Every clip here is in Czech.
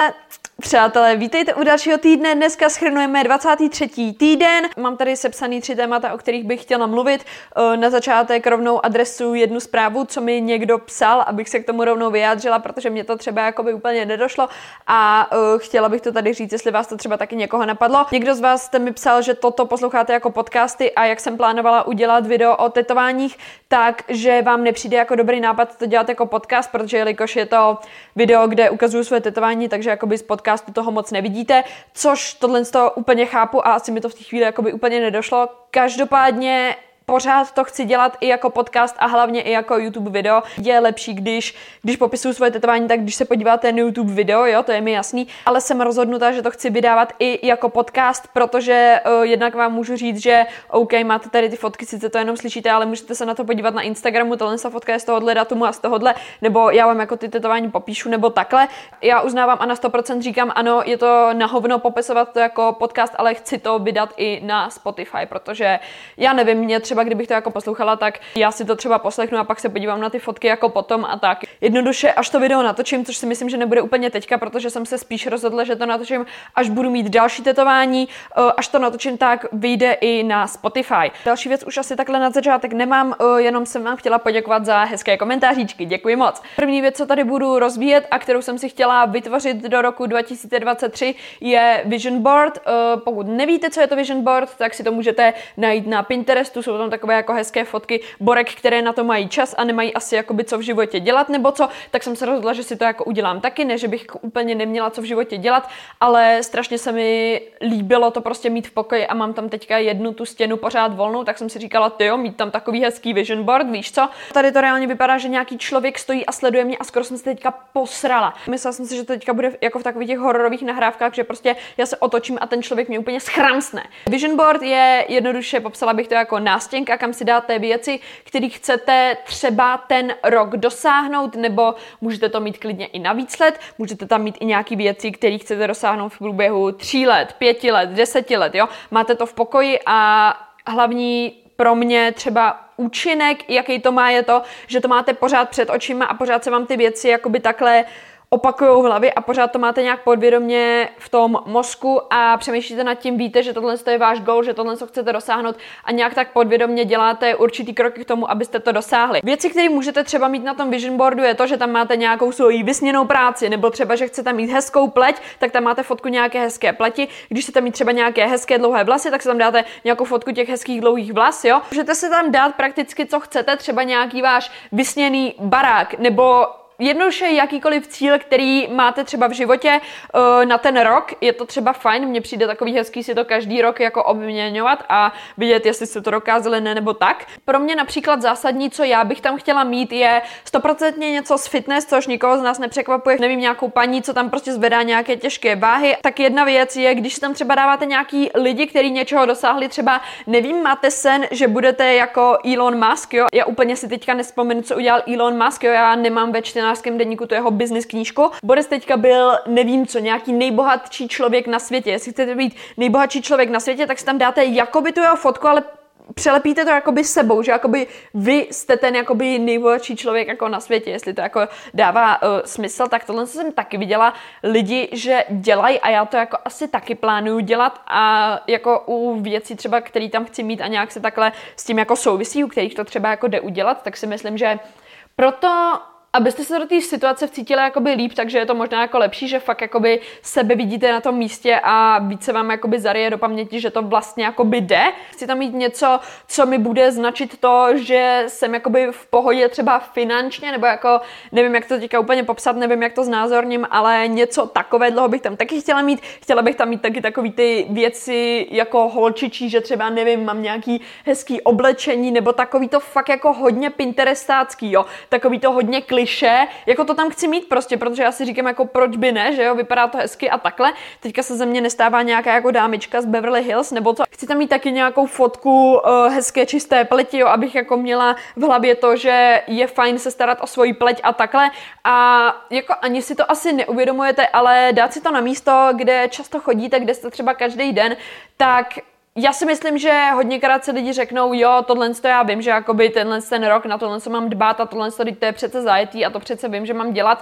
Přátelé, vítejte u dalšího týdne. Dneska shrnujeme 23. týden. Mám tady sepsaný 3 témata, o kterých bych chtěla mluvit. Na začátek rovnou adresu jednu zprávu, co mi někdo psal, abych se k tomu rovnou vyjádřila, protože mě to třeba jakoby úplně nedošlo a chtěla bych to tady říct, jestli vás to třeba taky někoho napadlo. Někdo z vás jste mi psal, že toto posloucháte jako podcasty a jak jsem plánovala udělat video o tetováních, takže vám nepřijde jako dobrý nápad to dělat jako podcast, protože jelikož je to video, kde ukazuju své tetování, takže jakoby z podcastu toho moc nevidíte, což tohle z toho úplně chápu a asi mi to v té chvíli jakoby úplně nedošlo. Každopádně pořád to chci dělat i jako podcast a hlavně i jako YouTube video. Je lepší, když popisuju svoje tetování, tak když se podíváte na YouTube video, jo, to je mi jasný, ale jsem rozhodnutá, že to chci vydávat i jako podcast, protože jednak vám můžu říct, že OK, máte tady ty fotky, sice to jenom slyšíte, ale můžete se na to podívat na Instagramu, tohle fotka je z tohohle datumu a z tohohle, nebo já vám jako ty tetování popíšu, nebo takhle. Já uznávám a na 100% říkám, ano, je to na hovno popisovat to jako podcast, ale chci to vydat i na Spotify, protože já nevím, mě třeba kdybych to jako poslouchala, tak já si to třeba poslechnu a pak se podívám na ty fotky jako potom a tak. Jednoduše, až to video natočím, což si myslím, že nebude úplně teďka, protože jsem se spíš rozhodla, že to natočím, až budu mít další tetování, až to natočím, tak vyjde i na Spotify. Další věc už asi takhle na začátek nemám, jenom jsem vám chtěla poděkovat za hezké komentáříčky. Děkuji moc. První věc, co tady budu rozvíjet a kterou jsem si chtěla vytvořit do roku 2023, je vision board. Pokud nevíte, co je to vision board, tak si to můžete najít na Pinterestu, jsou tam takové jako hezké fotky borek, které na to mají čas a nemají asi jakoby co v životě dělat nebo co, tak jsem se rozhodla, že si to jako udělám taky, ne, že bych úplně neměla co v životě dělat, ale strašně se mi líbilo to prostě mít v pokoji a mám tam teďka jednu tu stěnu pořád volnou, tak jsem si říkala, tyjo, mít tam takový hezký vision board, víš co? Tady to reálně vypadá, že nějaký člověk stojí a sleduje mě a skoro jsem se teďka posrala. Myslela jsem si, že to teďka bude jako v takových těch hororových nahrávkách, že prostě já se otočím a ten člověk mě úplně schramsne. Vision board je jednoduše, popsala bych to jako nástěnka, kam si dáte věci, které chcete třeba ten rok dosáhnout, nebo můžete to mít klidně i na víc let, můžete tam mít i nějaké věci, které chcete dosáhnout v průběhu 3 let, 5 let, 10 let, jo. Máte to v pokoji a hlavní pro mě třeba účinek, jaký to má, je to, že to máte pořád před očima a pořád se vám ty věci jakoby takhle opakujou v hlavě a pořád to máte nějak podvědomě v tom mozku a přemýšlíte nad tím, víte, že tohle je váš goal, že tohle chcete dosáhnout a nějak tak podvědomě děláte určitý kroky k tomu, abyste to dosáhli. Věci, které můžete třeba mít na tom vision boardu, je to, že tam máte nějakou svoji vysněnou práci, nebo třeba, že chcete mít hezkou pleť, tak tam máte fotku nějaké hezké pleti. Když chcete mít třeba nějaké hezké dlouhé vlasy, tak se tam dáte nějakou fotku těch hezkých dlouhých vlas, jo. Můžete se tam dát prakticky co chcete, třeba nějaký váš vysněný barák, nebo jednoduše jakýkoliv cíl, který máte třeba v životě na ten rok, je to třeba fajn, mně přijde takový hezký si to každý rok jako obměňovat a vidět, jestli jste to dokázali, ne nebo tak. Pro mě například zásadní, co já bych tam chtěla mít, je 100% něco z fitness, což nikoho z nás nepřekvapuje. Nevím, nějakou paní, co tam prostě zvedá nějaké těžké váhy. Tak jedna věc je, když si tam třeba dáváte nějaký lidi, kteří něčeho dosáhli, třeba nevím, máte sen, že budete jako Elon Musk, jo. Já úplně si teďka nespomenu, co udělal Elon Musk, jo. Já nemám ve čtenářském deníku tu jeho business knížku. Boris teďka byl, nevím co, nějaký nejbohatší člověk na světě. Jestli chcete být nejbohatší člověk na světě, tak si tam dáte jakoby tu jeho fotku, ale přelepíte to jakoby sebou, že jakoby vy jste ten jakoby nejbohatší člověk jako na světě, jestli to jako dává smysl, tak tohle jsem taky viděla lidi, že dělají a já to jako asi taky plánuju dělat a jako u věcí třeba, který tam chci mít a nějak se takhle s tím jako souvisí, u kterých to třeba jako jde udělat, tak si myslím, že proto abyste se do té situace vcítili jakoby líp, takže je to možná jako lepší, že fakt jakoby sebe vidíte na tom místě a víc se vám jakoby zaryje do paměti, že to vlastně jakoby jde. Chci tam mít něco, co mi bude značit to, že jsem jakoby v pohodě třeba finančně, nebo jako nevím, jak to teďka úplně popsat, nevím, jak to znázorním, ale něco takového bych tam taky chtěla mít. Chtěla bych tam mít taky takový ty věci jako holčičí, že třeba nevím, mám nějaký hezký oblečení, nebo takový to fakt jako hodně pinterestácký, jo. Takový to hodně klišé, jako to tam chci mít prostě, protože já si říkám jako proč by ne, že jo, vypadá to hezky a takhle. Teďka se ze mě nestává nějaká jako dámička z Beverly Hills, nebo co. Chci tam mít taky nějakou fotku hezké čisté pleti, jo, abych jako měla v hlavě to, že je fajn se starat o svoji pleť a takhle. A jako ani si to asi neuvědomujete, ale dát si to na místo, kde často chodíte, kde jste třeba každý den, tak já si myslím, že hodněkrát se lidi řeknou, jo, tohle já vím, že jakoby ten rok na tohle mám dbát a tohle to je přece zajetý a to přece vím, že mám dělat.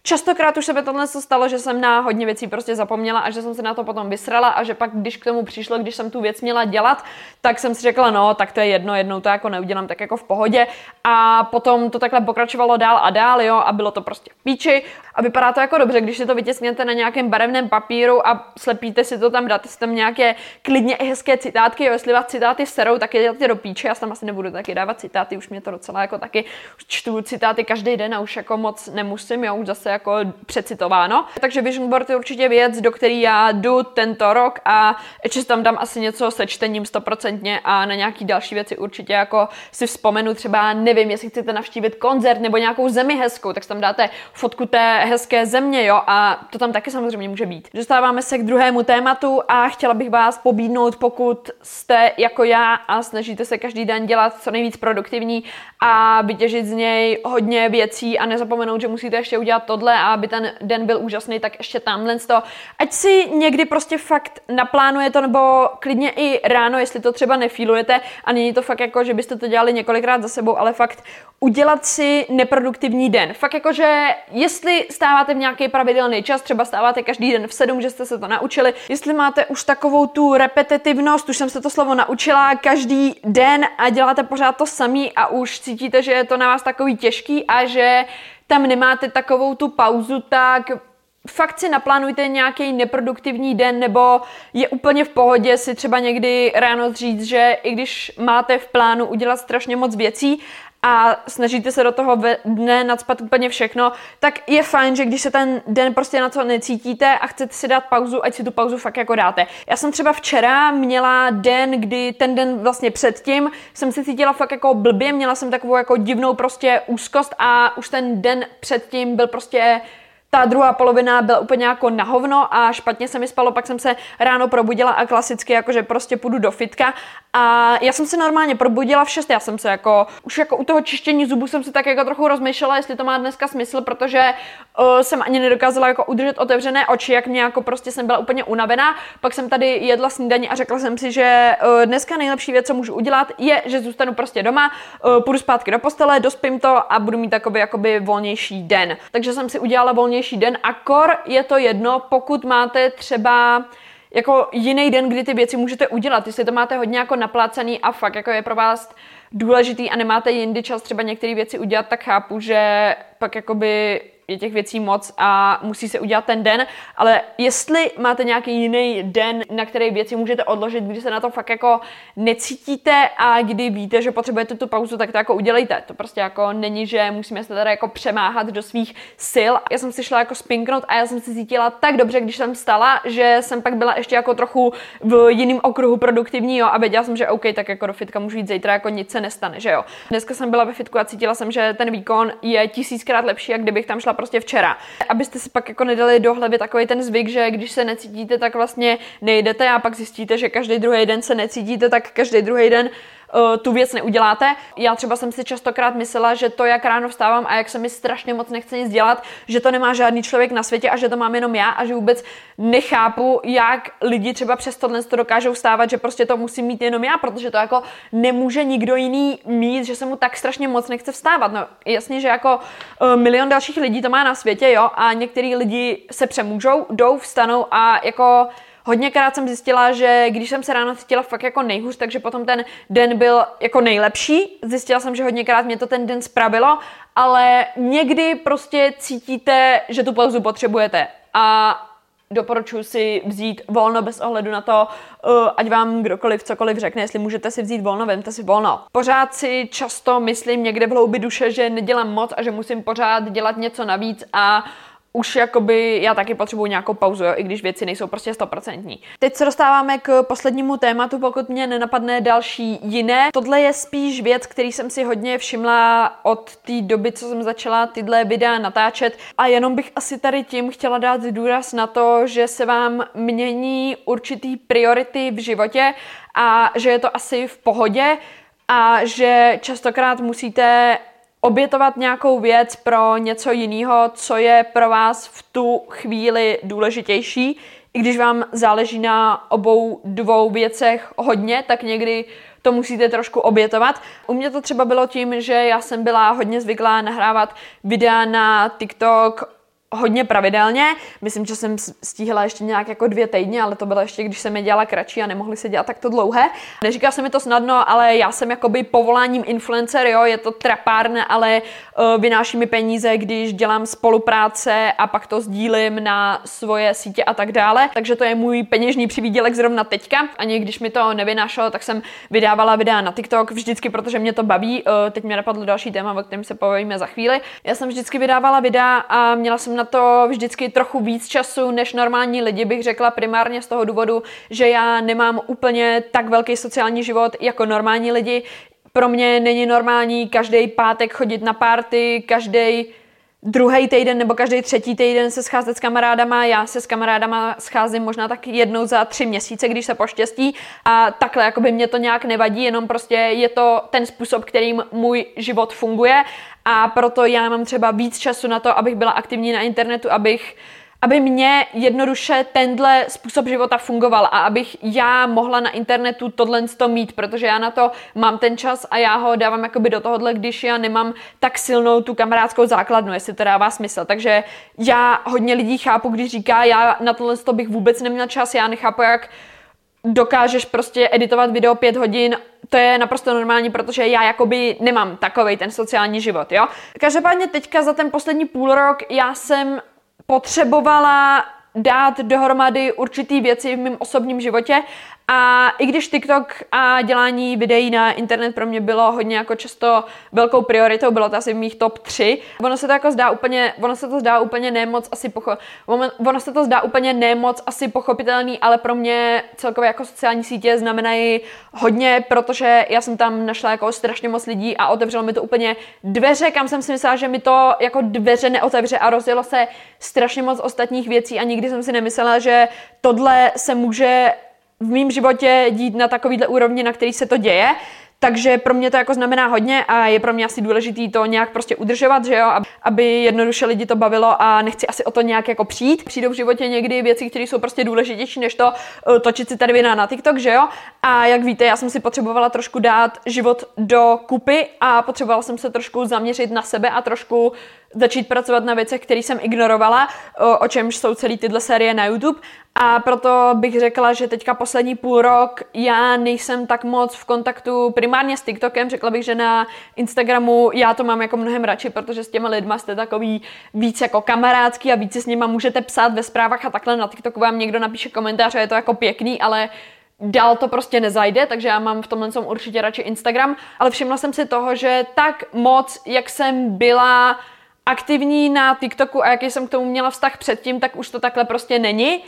Častokrát už se mi tohle stalo, že jsem na hodně věcí prostě zapomněla a že jsem se na to potom vysrala a že pak, když k tomu přišlo, když jsem tu věc měla dělat, tak jsem si řekla, no, tak to je jednou to jako neudělám, tak jako v pohodě. A potom to takhle pokračovalo dál a dál, jo, a bylo to prostě v píči. A vypadá to jako dobře, když si to vytisknete na nějakém barevném papíru a slepíte si to tam, dáte si tam nějaké klidně i hezké citátky, jo, jestli vás citáty serou, tak je dáte do píče, já tam asi nebudu taky dávat citáty, už mě to docela jako taky čtu citáty každý den a už jako moc nemusím, jo, už zase jako přecitováno. Takže vision board je určitě věc, do který já jdu tento rok a ještě tam dám asi něco se čtením 100% a na nějaký další věci určitě jako si vzpomenu, třeba nevím, jestli chcete navštívit koncert nebo nějakou zemi hezkou, tak tam dáte fotku té hezké země, jo, a to tam taky samozřejmě může být. Dostáváme se k druhému tématu a chtěla bych vás pobídnout, pokud jste jako já a snažíte se každý den dělat co nejvíc produktivní a vytěžit z něj hodně věcí a nezapomenout, že musíte ještě udělat tohle a aby ten den byl úžasný, tak ještě tamhle to. Ať si někdy prostě fakt naplánujete, nebo klidně i ráno, jestli to třeba nefílujete a není to fakt jako, že byste to dělali několikrát za sebou, ale fakt udělat si neproduktivní den. Fakt jako, že jestli stáváte v nějaký pravidelný čas, třeba stáváte každý den v 7, že jste se to naučili, jestli máte už takovou tu repetitivnost, už jsem se to slovo naučila každý den a děláte pořád to samý a už cítíte, že je to na vás takový těžký a že tam nemáte takovou tu pauzu, tak fakt si naplánujte nějaký neproduktivní den, nebo je úplně v pohodě si třeba někdy ráno říct, že i když máte v plánu udělat strašně moc věcí a snažíte se do toho dne nacpat úplně všechno, tak je fajn, že když se ten den prostě na to necítíte a chcete si dát pauzu, ať si tu pauzu fakt jako dáte. Já jsem třeba včera měla den, kdy ten den vlastně předtím jsem se cítila fakt jako blbě, měla jsem takovou jako divnou prostě úzkost a už ten den předtím byl prostě ta druhá polovina byla úplně jako na hovno a špatně se mi spalo, pak jsem se ráno probudila a klasicky jakože prostě půjdu do fitka a já jsem se normálně probudila v 6, já jsem se jako, už jako u toho čištění zubů jsem se tak jako trochu rozmýšlela, jestli to má dneska smysl, protože jsem ani nedokázala jako udržet otevřené oči, jak mě jako prostě jsem byla úplně unavená, pak jsem tady jedla snídaní a řekla jsem si, že dneska nejlepší věc, co můžu udělat, je, že zůstanu prostě doma, půjdu zpátky do postele, dospím to a budu mít takový jakoby volnější den. Takže jsem si udělala volnější den a kor je to jedno, pokud máte třeba jako jiný den, kdy ty věci můžete udělat, jestli to máte hodně jako naplácený a fakt jako je pro vás důležitý a nemáte jindy čas třeba některé věci udělat, tak chápu, že pak jakoby je těch věcí moc a musí se udělat ten den, ale jestli máte nějaký jiný den, na který věci můžete odložit, kdy se na to fakt jako necítíte a kdy víte, že potřebujete tu pauzu, tak to jako udělejte. To prostě jako není, že musíme se tady jako přemáhat do svých sil. Já jsem si šla jako spinknout a já jsem se cítila tak dobře, když jsem vstala, že jsem pak byla ještě jako trochu v jiném okruhu produktivní, jo, a věděla jsem, že OK, tak jako do fitka můžu jít zítra, jako nic se nestane, že jo. Dneska jsem byla ve fitku a cítila jsem, že ten výkon je 1000krát lepší, jak kdybych tam šla prostě včera. Abyste si pak jako nedali do hlavy takový ten zvyk, že když se necítíte, tak vlastně nejdete a pak zjistíte, že každý druhý den se necítíte, tak každý druhý den tu věc neuděláte. Já třeba jsem si častokrát myslela, že to, jak ráno vstávám a jak se mi strašně moc nechce nic dělat, že to nemá žádný člověk na světě a že to mám jenom já a že vůbec nechápu, jak lidi třeba přes tohle to dokážou vstávat, že prostě to musím mít jenom já, protože to jako nemůže nikdo jiný mít, že se mu tak strašně moc nechce vstávat. No jasně, že jako milion dalších lidí to má na světě, jo, a některý lidi se přemůžou, jdou, vstanou a jako hodněkrát jsem zjistila, že když jsem se ráno cítila fakt jako nejhůř, takže potom ten den byl jako nejlepší. Zjistila jsem, že hodněkrát mě to ten den spravilo, ale někdy prostě cítíte, že tu pauzu potřebujete a doporučuji si vzít volno bez ohledu na to, ať vám kdokoliv cokoliv řekne, jestli můžete si vzít volno, vemte si volno. Pořád si často myslím někde v hloubi duše, že nedělám moc a že musím pořád dělat něco navíc a už jakoby já taky potřebuji nějakou pauzu, jo, i když věci nejsou prostě 100%. Teď se dostáváme k poslednímu tématu, pokud mě nenapadne další jiné. Tohle je spíš věc, který jsem si hodně všimla od té doby, co jsem začala tyhle videa natáčet a jenom bych asi tady tím chtěla dát důraz na to, že se vám mění určitý priority v životě a že je to asi v pohodě a že častokrát musíte obětovat nějakou věc pro něco jiného, co je pro vás v tu chvíli důležitější. I když vám záleží na obou dvou věcech hodně, tak někdy to musíte trošku obětovat. U mě to třeba bylo tím, že já jsem byla hodně zvyklá nahrávat videa na TikTok hodně pravidelně. Myslím, že jsem stíhala ještě nějak jako 2 týdny, ale to bylo ještě, když jsem je dělala kratší a nemohly se dělat takto dlouhé. Neříká se mi to snadno, ale já jsem jakoby povoláním influencer, jo, je to trapárne, ale vynáší mi peníze, když dělám spolupráce a pak to sdílím na svoje sítě a tak dále. Takže to je můj peněžní přivýdělek zrovna teďka. Ani když mi to nevynášelo, tak jsem vydávala videa na TikTok vždycky, protože mě to baví. Teď mě napadlo další téma, o kterém se povíme za chvíli. Já jsem vždycky vydávala videa a měla jsem na to vždycky trochu víc času než normální lidi, bych řekla, primárně z toho důvodu, že já nemám úplně tak velký sociální život jako normální lidi. Pro mě není normální každý pátek chodit na party, každý druhý týden nebo každý 3. týden se scházet s kamarádama. Já se s kamarádama scházím možná tak jednou za 3 měsíce, když se poštěstí. A takhle jakoby mě to nějak nevadí, jenom prostě je to ten způsob, kterým můj život funguje. A proto já mám třeba víc času na to, abych byla aktivní na internetu, aby mě jednoduše tenhle způsob života fungoval a abych já mohla na internetu tohle mít, protože já na to mám ten čas a já ho dávám jakoby do tohohle, když já nemám tak silnou tu kamarádskou základnu, jestli to dává smysl. Takže já hodně lidí chápu, když říká, já na tohle bych vůbec neměla čas, já nechápu, jak dokážeš prostě editovat video 5 hodin, to je naprosto normální, protože já jakoby nemám takovej ten sociální život, jo. Každopádně teďka za ten poslední půl rok já jsem potřebovala dát dohromady určitý věci v mém osobním životě a i když TikTok a dělání videí na internet pro mě bylo hodně jako často velkou prioritou, bylo to asi v mých top 3, ono se to zdá úplně nemoc asi pochopitelný, ale pro mě celkově jako sociální sítě znamenají hodně, protože já jsem tam našla jako strašně moc lidí a otevřelo mi to úplně dveře, kam jsem si myslela, že mi to jako dveře neotevře a rozjelo se strašně moc ostatních věcí a nikdy jsem si nemyslela, že tohle se může v mém životě dít na takovýhle úrovni, na který se to děje. Takže pro mě to jako znamená hodně a je pro mě asi důležitý to nějak prostě udržovat, že jo, aby jednoduše lidi to bavilo a nechci asi o to nějak jako přijít. Přijdou v životě někdy věci, které jsou prostě důležitější, než to točit si tady videa na TikTok, že jo. A jak víte, já jsem si potřebovala trošku dát život do kupy a potřebovala jsem se trošku zaměřit na sebe a trošku začít pracovat na věcech, které jsem ignorovala, o čemž jsou celý tyhle série na YouTube. A proto bych řekla, že teďka poslední půl rok já nejsem tak moc v kontaktu primárně s TikTokem. Řekla bych, že na Instagramu já to mám jako mnohem radši, protože s těma lidma jste takový víc jako kamarádský a víc s nima můžete psát ve zprávách a takhle. Na TikToku vám někdo napíše komentář a je to jako pěkný, ale dál to prostě nezajde, takže já mám v tomhle určitě radši Instagram. Ale všimla jsem si toho, že tak moc, jak jsem byla aktivní na TikToku a jaký jsem k tomu měla vztah předtím, tak už to takhle prostě není.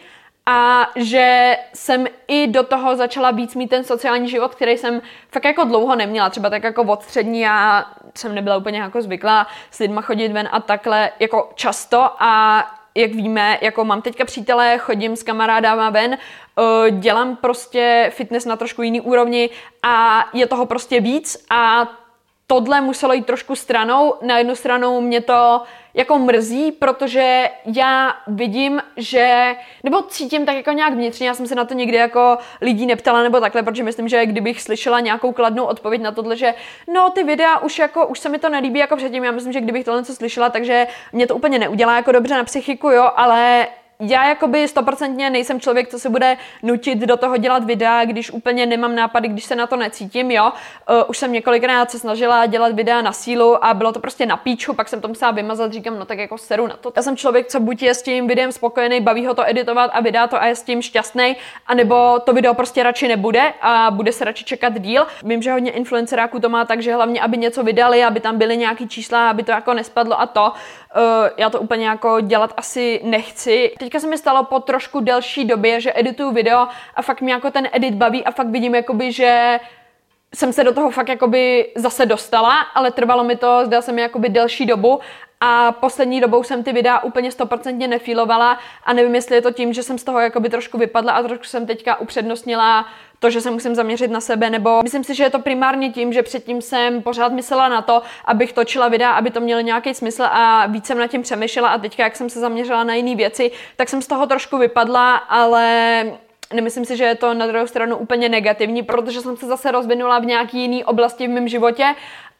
A že jsem i do toho začala víc mít ten sociální život, který jsem fakt jako dlouho neměla. Třeba tak jako od střední já jsem nebyla úplně jako zvyklá s lidma chodit ven a takhle jako často a jak víme, jako mám teďka přítele, chodím s kamarádama ven, dělám prostě fitness na trošku jiný úrovni a je toho prostě víc a tohle muselo jít trošku stranou. Na jednu stranu mě to jako mrzí, protože já vidím, že, nebo cítím tak jako nějak vnitřně, já jsem se na to nikdy jako lidí neptala nebo takhle, protože myslím, že kdybych slyšela nějakou kladnou odpověď na tohle, že no ty videa už se mi to nelíbí jako předtím, já myslím, že kdybych tohle něco slyšela, takže mě to úplně neudělá jako dobře na psychiku, jo, ale já jakoby 100% nejsem člověk, co se bude nutit do toho dělat videa, když úplně nemám nápady, když se na to necítím, jo. Už jsem několikrát se snažila dělat videa na sílu a bylo to prostě na píču, pak jsem to musela vymazat, říkám, no tak jako seru na to. Já jsem člověk, co buď je s tím videem spokojený, baví ho to editovat a vydá to a je s tím šťastný, anebo to video prostě radši nebude a bude se radši čekat díl. Vím, že hodně influenceráků to má tak, že hlavně, aby něco vydali, aby tam byly nějaký čísla, aby to jako nespadlo a to. Já to úplně jako dělat asi nechci. Teďka se mi stalo po trošku delší době, že edituju video a fakt mě jako ten edit baví a fakt vidím jakoby, že jsem se do toho fakt jakoby zase dostala, ale trvalo mi to, zdá se mi jakoby delší dobu a poslední dobou jsem ty videa úplně 100% nefílovala a nevím, jestli je to tím, že jsem z toho jakoby trošku vypadla a trošku jsem teďka upřednostnila to, že se musím zaměřit na sebe, nebo myslím si, že je to primárně tím, že předtím jsem pořád myslela na to, abych točila videa, aby to mělo nějaký smysl a víc jsem nad tím přemýšlela a teďka, jak jsem se zaměřila na jiné věci, tak jsem z toho trošku vypadla, ale nemyslím si, že je to na druhou stranu úplně negativní, protože jsem se zase rozvinula v nějaký jiný oblasti v mém životě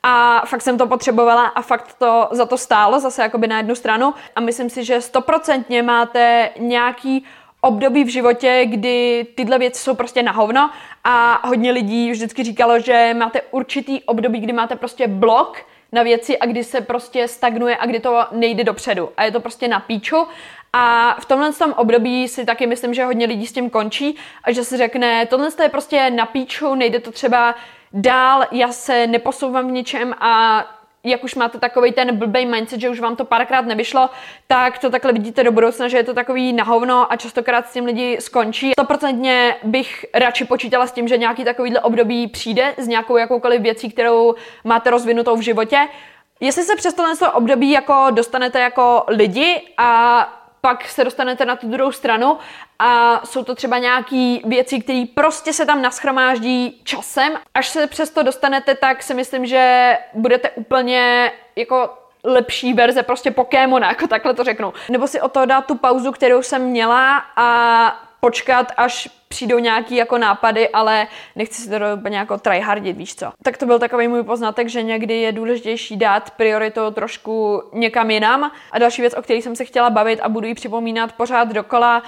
a fakt jsem to potřebovala a fakt to za to stálo zase jakoby na jednu stranu a myslím si, že 100% máte nějaký období v životě, kdy tyhle věci jsou prostě na hovno a hodně lidí vždycky říkalo, že máte určitý období, kdy máte prostě blok na věci a kdy se prostě stagnuje a kdy to nejde dopředu a je to prostě na píču. A v tomhle období si taky myslím, že hodně lidí s tím končí a že si řekne, tohle je prostě na píču, nejde to třeba dál, já se neposouvám v ničem a jak už máte takovej ten blbej mindset, že už vám to párkrát nevyšlo, tak to takhle vidíte do budoucna, že je to takový na hovno a častokrát s tím lidi skončí. 100% bych radši počítala s tím, že nějaký takovýhle období přijde s nějakou jakoukoliv věcí, kterou máte rozvinutou v životě. Jestli se přes tohle období jako dostanete jako lidi a pak se dostanete na tu druhou stranu a jsou to třeba nějaké věci, které prostě se tam naschromáždí časem. Až se přes to dostanete, tak si myslím, že budete úplně jako lepší verze prostě Pokémona, jako takhle to řeknu. Nebo si o to dát tu pauzu, kterou jsem měla a počkat, až přijdou nějaký jako nápady, ale nechci si to úplně jako tryhardit, víš co. Tak to byl takový můj poznatek, že někdy je důležitější dát prioritu trošku někam jinam. A další věc, o které jsem se chtěla bavit a budu ji připomínat pořád dokola,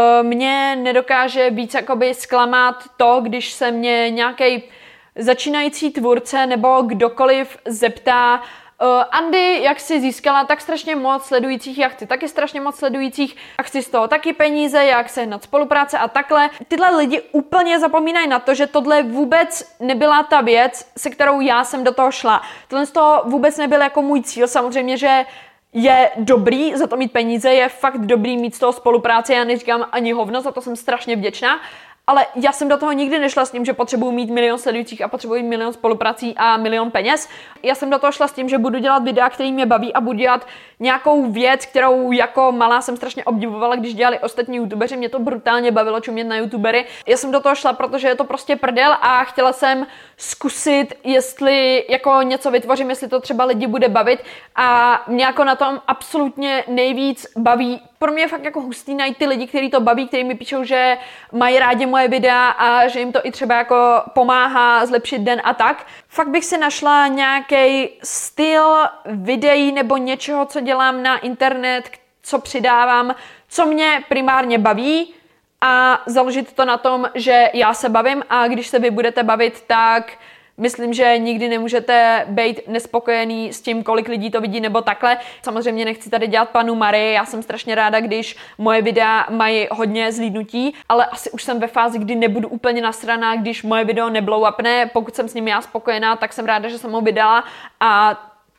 mě nedokáže víc jakoby zklamat to, když se mě nějaký začínající tvůrce nebo kdokoliv zeptá, Andy, jak jsi získala tak strašně moc sledujících, já chci taky strašně moc sledujících a chci z toho taky peníze, jak sehnat spolupráce a takhle. Tyhle lidi úplně zapomínají na to, že tohle vůbec nebyla ta věc, se kterou já jsem do toho šla. Tohle z toho vůbec nebyl jako můj cíl, samozřejmě, že je dobrý za to mít peníze, je fakt dobrý mít z toho spolupráce, já neříkám ani hovno, za to jsem strašně vděčná. Ale já jsem do toho nikdy nešla s tím, že potřebuji mít 1 milion sledujících a potřebuji 1 milion spoluprací a 1 milion peněz. Já jsem do toho šla s tím, že budu dělat videa, který mě baví a budu dělat nějakou věc, kterou jako malá jsem strašně obdivovala, když dělali ostatní youtubeři. Mě to brutálně bavilo čumět na youtubery. Já jsem do toho šla, protože je to prostě prdel a chtěla jsem zkusit, jestli jako něco vytvořím, jestli to třeba lidi bude bavit a mě jako na tom absolutně nejvíc baví. Pro mě je fakt jako hustý najít ty lidi, kteří to baví, kteří mi píšou, že mají rádi moje videa a že jim to i třeba jako pomáhá zlepšit den a tak. Fakt bych si našla nějaký styl videí nebo něčeho, co dělám na internet, co přidávám, co mě primárně baví a založit to na tom, že já se bavím a když se vy budete bavit, tak myslím, že nikdy nemůžete být nespokojený s tím, kolik lidí to vidí nebo takhle. Samozřejmě nechci tady dělat panu Marii, já jsem strašně ráda, když moje videa mají hodně zhlídnutí, ale asi už jsem ve fázi, kdy nebudu úplně nasraná, když moje video neblow upne. Pokud jsem s ním já spokojená, tak jsem ráda, že jsem ho vydala a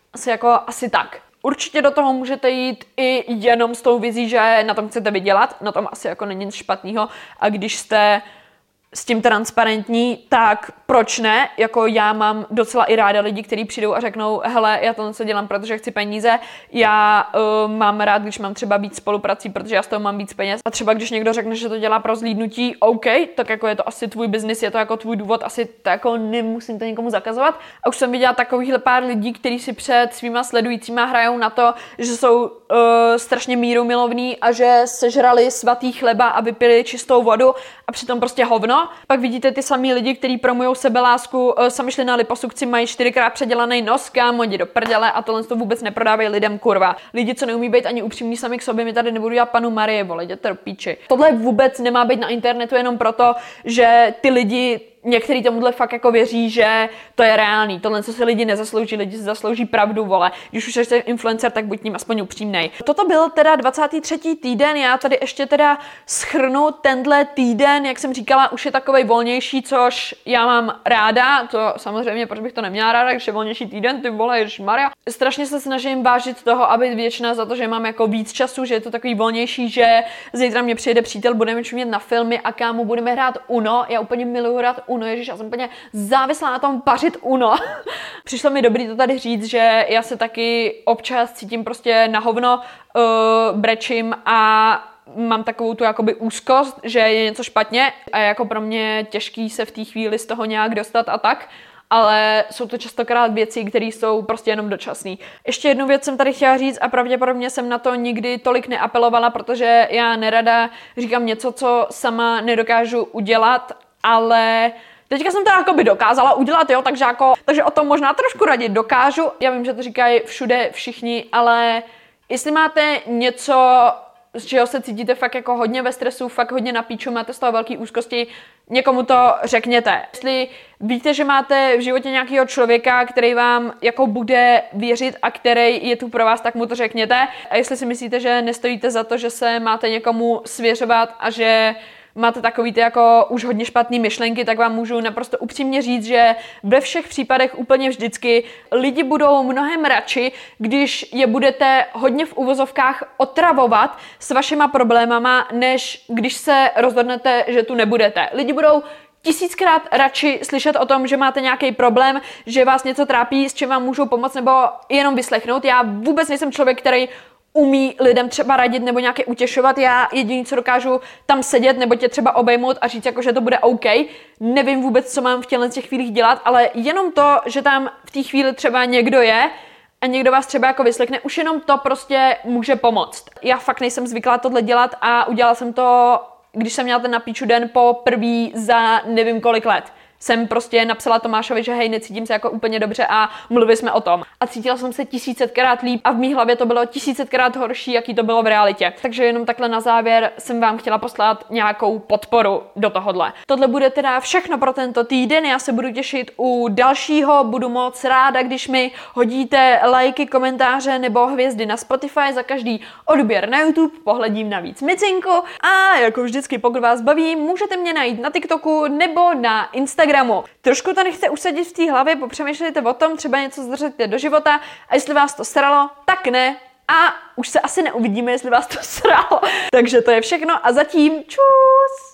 asi tak. Určitě do toho můžete jít i jenom s tou vizí, že na tom chcete vydělat, na tom asi jako není nic špatného a když jste s tím transparentní, tak proč ne? Jako já mám docela i ráda lidi, kteří přijdou a řeknou, hele, já to něco dělám, protože chci peníze, já mám rád, když mám třeba víc spoluprací, protože já z toho mám víc peněz a třeba když někdo řekne, že to dělá pro zhlídnutí, OK, tak jako je to asi tvůj biznis, je to jako tvůj důvod, asi to jako nemusím to nikomu zakazovat. A už jsem viděla takovýhle pár lidí, kteří si před svýma sledujícíma hrajou na to, že jsou strašně mírumilovní a že sežrali svatý chleba a vypili čistou vodu a přitom prostě hovno. Pak vidíte ty samý lidi, kteří promujou sebelásku, sami šli na liposukci, mají 4krát předělaný nos, kámo, jdi do prdele a tohle to vůbec neprodávají lidem, kurva. Lidi, co neumí být ani upřímní sami k sobě, mi tady nebudu dělat panu Marie, vole, jděte do píči. Tohle vůbec nemá být na internetu jenom proto, že ty lidi některý tomuhle fakt jako věří, že to je reálný. Tohle, co si lidi nezaslouží, lidi si zaslouží pravdu, vole. Když už jste influencer, tak buď ním aspoň upřímnej. Toto byl teda 23. týden, já tady ještě teda shrnu tenhle týden, jak jsem říkala, už je takovej volnější, což já mám ráda, to samozřejmě, proč bych to neměla ráda, když je volnější týden, ty vole, ježišmarja. Strašně se snažím vážit toho, aby většina za to, že mám jako víc času, že je to takový volnější, že zítra mě přijede přítel, budeme čumět na filmy a kámo, budeme hrát Uno, já úplně miluju hrát Uno, ježiš, já jsem úplně závislá na tom pařit Uno. Přišlo mi dobrý to tady říct, že já se taky občas cítím prostě na hovno, brečím a mám takovou tu jakoby úzkost, že je něco špatně a je jako pro mě těžký se v té chvíli z toho nějak dostat a tak. Ale jsou to častokrát věci, které jsou prostě jenom dočasné. Ještě jednu věc jsem tady chtěla říct a pravděpodobně jsem na to nikdy tolik neapelovala, protože já nerada říkám něco, co sama nedokážu udělat, ale Teďka jsem to jakoby dokázala udělat, jo, takže o tom možná trošku radit dokážu. Já vím, že to říkají všude všichni, ale jestli máte něco, z čeho se cítíte fakt jako hodně ve stresu, fakt hodně na píču, máte z toho velký úzkosti, někomu to řekněte. Jestli víte, že máte v životě nějakého člověka, který vám jako bude věřit a který je tu pro vás, tak mu to řekněte. A jestli si myslíte, že nestojíte za to, že se máte někomu svěřovat a že máte takový ty jako už hodně špatný myšlenky, tak vám můžu naprosto upřímně říct, že ve všech případech úplně vždycky lidi budou mnohem radši, když je budete hodně v uvozovkách otravovat s vašima problémama, než když se rozhodnete, že tu nebudete. Lidi budou 1000krát radši slyšet o tom, že máte nějaký problém, že vás něco trápí, s čím vám můžou pomoct nebo jenom vyslechnout. Já vůbec nejsem člověk, který umí lidem třeba radit nebo nějaké utěšovat. Já jediný, co dokážu tam sedět nebo tě třeba obejmout a říct, jako, že to bude OK. Nevím vůbec, co mám v těch chvílích dělat, ale jenom to, že tam v té chvíli třeba někdo je a někdo vás třeba jako vyslechne, už jenom to prostě může pomoct. Já fakt nejsem zvyklá tohle dělat a udělala jsem to, když jsem měla ten na píču den poprvý za nevím kolik let. Jsem prostě napsala Tomášovi, že hej, necítím se jako úplně dobře a mluvili jsme o tom. A cítila jsem se 1000krát líp a v mý hlavě to bylo 1000krát horší, jaký to bylo v realitě. Takže jenom takhle na závěr jsem vám chtěla poslat nějakou podporu do tohohle. Tohle bude teda všechno pro tento týden, já se budu těšit u dalšího, budu moc ráda, když mi hodíte lajky, komentáře nebo hvězdy na Spotify za každý odběr na YouTube, pohledím na víc micinku a jako vždycky, pokud vás baví, můžete mě najít na TikToku nebo na Instagramu. Trošku to nechte usadit v té hlavě, popřemýšlejte o tom, třeba něco zařadíte do života a jestli vás to sralo, tak ne. A už se asi neuvidíme, jestli vás to sralo. Takže to je všechno a zatím čus!